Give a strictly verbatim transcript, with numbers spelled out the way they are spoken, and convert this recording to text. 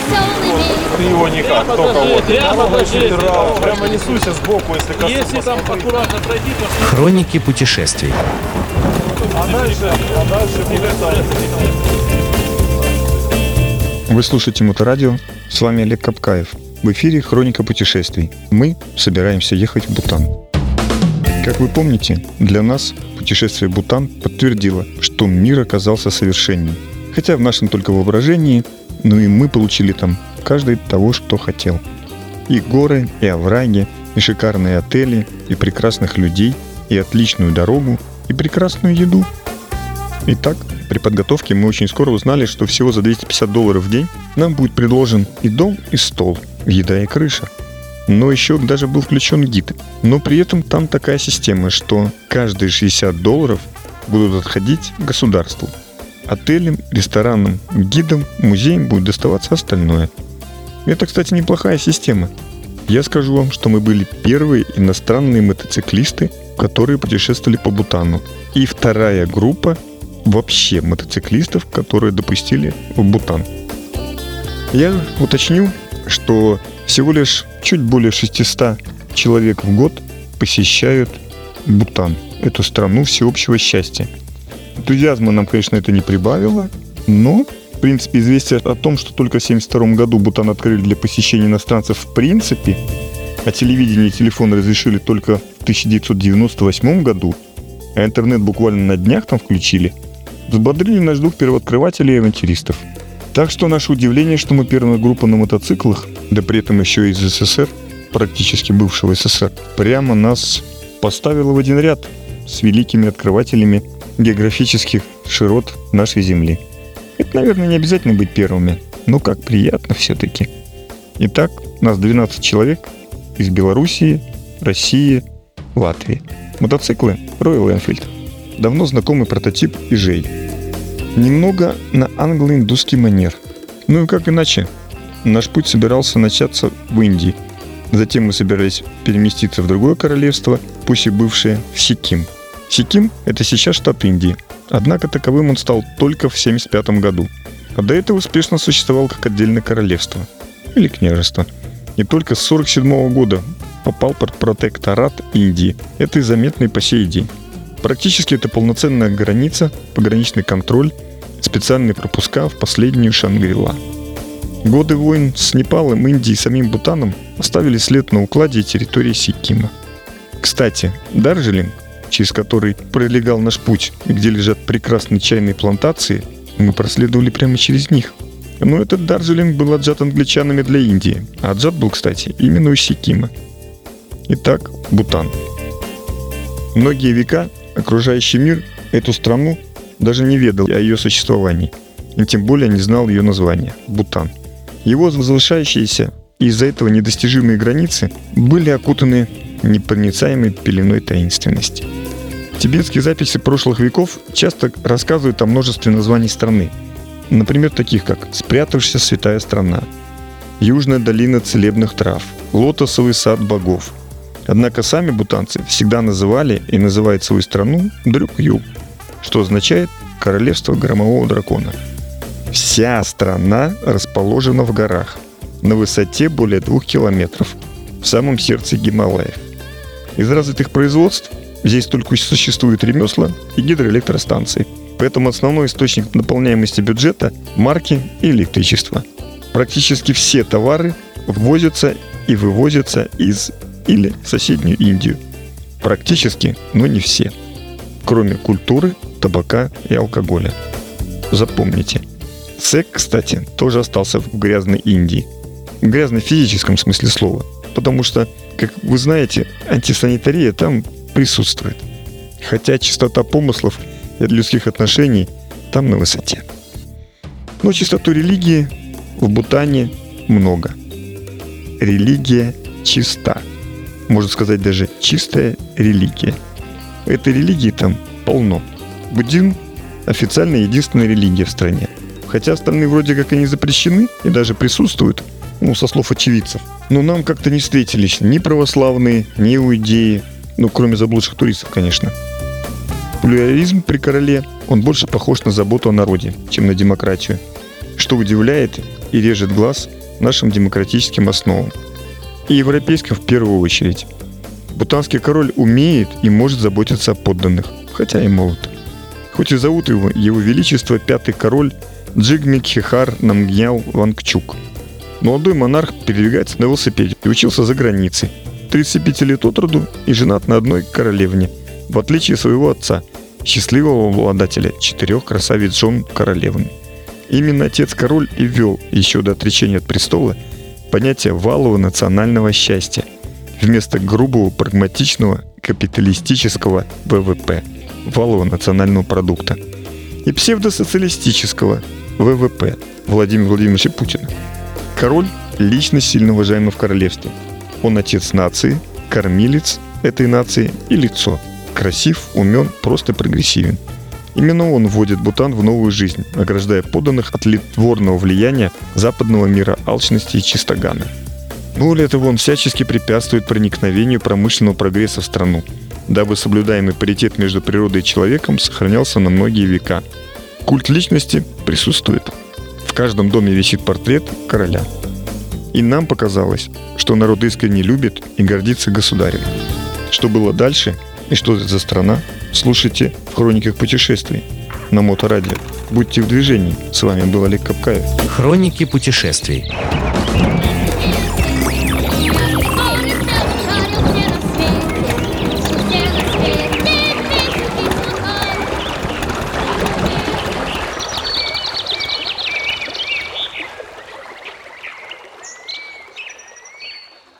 Ты его никак, только вот прямо, прямо несуйся сбоку, если коснуться. Если там аккуратно пройди, то... Хроники путешествий. А дальше, а дальше будет. Вы слушаете Моторадио, с вами Олег Капкаев. В эфире «Хроника путешествий». Мы собираемся ехать в Бутан. Как вы помните, для нас путешествие в Бутан подтвердило, что мир оказался совершенней. Хотя в нашем только воображении, но и мы получили там каждый того, что хотел. И горы, и овраги, и шикарные отели, и прекрасных людей, и отличную дорогу, и прекрасную еду. Итак, при подготовке мы очень скоро узнали, что всего за двести пятьдесят долларов в день нам будет предложен и дом, и стол, еда и крыша. Но еще даже был включен гид. Но при этом там такая система, что каждые шестьдесят долларов будут отходить государству. Отелям, ресторанам, гидам, музеям будет доставаться остальное. Это, кстати, неплохая система. Я скажу вам, что мы были первые иностранные мотоциклисты, которые путешествовали по Бутану. И вторая группа вообще мотоциклистов, которые допустили в Бутан. Я уточню, что всего лишь чуть более шестьсот человек в год посещают Бутан, эту страну всеобщего счастья. Энтузиазма нам, конечно, это не прибавило, но, в принципе, известие о том, что только в семьдесят втором году Бутан открыли для посещения иностранцев в принципе, а телевидение и телефон разрешили только в тысяча девятьсот девяносто восьмом году, а интернет буквально на днях там включили, взбодрили наш дух первооткрывателей и авантюристов. Так что наше удивление, что мы первая группа на мотоциклах, да при этом еще из СССР, практически бывшего СССР, прямо нас поставило в один ряд с великими открывателями географических широт нашей Земли. Это, наверное, не обязательно быть первыми, но как приятно все-таки. Итак, нас двенадцать человек из Белоруссии, России, Латвии. Мотоциклы Royal Enfield. Давно знакомый прототип Ижей. Немного на англо-индусский манер. Ну и как иначе? Наш путь собирался начаться в Индии. Затем мы собирались переместиться в другое королевство, пусть и бывшее, в Сиким. Сиким – это сейчас штат Индии. Однако таковым он стал только в семьдесят пятом году. А до этого успешно существовал как отдельное королевство. Или княжество. И только с сорок седьмого года попал под протекторат Индии. Это и заметно и по сей день. Практически это полноценная граница, пограничный контроль, специальные пропуска в последнюю Шангри-Ла. Годы войн с Непалом, Индией и самим Бутаном оставили след на укладе и территории Сикима. Кстати, Дарджилинг, через который пролегал наш путь, и где лежат прекрасные чайные плантации, мы проследовали прямо через них. Но этот Дарджилинг был отжат англичанами для Индии, а отжат был, кстати, именно у Сикима. Итак, Бутан. Многие века окружающий мир, эту страну, даже не ведал о ее существовании, и тем более не знал ее названия – Бутан. Его возвышающиеся и из-за этого недостижимые границы были окутаны непроницаемой пеленой таинственности. Тибетские записи прошлых веков часто рассказывают о множестве названий страны. Например, таких как «Спрятавшаяся святая страна», «Южная долина целебных трав», «Лотосовый сад богов». Однако сами бутанцы всегда называли и называют свою страну Дрюк-Ю, что означает «королевство громового дракона». Вся страна расположена в горах, на высоте более двух километров, в самом сердце Гималаев. Из развитых производств здесь только существуют ремесла и гидроэлектростанции, поэтому основной источник наполняемости бюджета – марки и электричество. Практически все товары ввозятся и вывозятся из или в соседнюю Индию. Практически, но не все. Кроме культуры, табака и алкоголя. Запомните. Секс, кстати, тоже остался в грязной Индии. В грязной физическом смысле слова. Потому что, как вы знаете, антисанитария там присутствует. Хотя чистота помыслов и людских отношений там на высоте. Но чистоту религии в Бутане много. Религия чиста. Можно сказать, даже чистая религия. Этой религии там полно. Буддизм – официально единственная религия в стране. Хотя остальные вроде как и не запрещены и даже присутствуют, ну, со слов очевидцев. Но нам как-то не встретились ни православные, ни иудеи, ну, кроме заблудших туристов, конечно. Плюрализм при короле, он больше похож на заботу о народе, чем на демократию. Что удивляет и режет глаз нашим демократическим основам. И европейским в первую очередь. Бутанский король умеет и может заботиться о подданных, хотя и молод. Хоть и зовут его Его Величество Пятый Король Джигме Кхеар Намгьял Вангчук. Молодой монарх передвигается на велосипеде и учился за границей. тридцати пяти лет от роду и женат на одной королевне, в отличие от своего отца, счастливого обладателя четырех красавиц жен королевны. Именно отец-король и ввел еще до отречения от престола понятие валового национального счастья вместо грубого прагматичного капиталистического вэ вэ пэ, валового национального продукта, и псевдосоциалистического вэ вэ пэ Владимира Владимировича Путина. Король – личность сильно уважаемая в королевстве. Он отец нации, кормилец этой нации и лицо. Красив, умен, просто прогрессивен. Именно он вводит Бутан в новую жизнь, ограждая подданных от литворного влияния западного мира алчности и чистогана. Более того, он всячески препятствует проникновению промышленного прогресса в страну, дабы соблюдаемый паритет между природой и человеком сохранялся на многие века. Культ личности присутствует. В каждом доме висит портрет короля. И нам показалось, что народ искренне любит и гордится государем. Что было дальше и что это за страна, слушайте в «Хрониках путешествий» на Моторадио. Будьте в движении. С вами был Олег Капкаев. Хроники путешествий.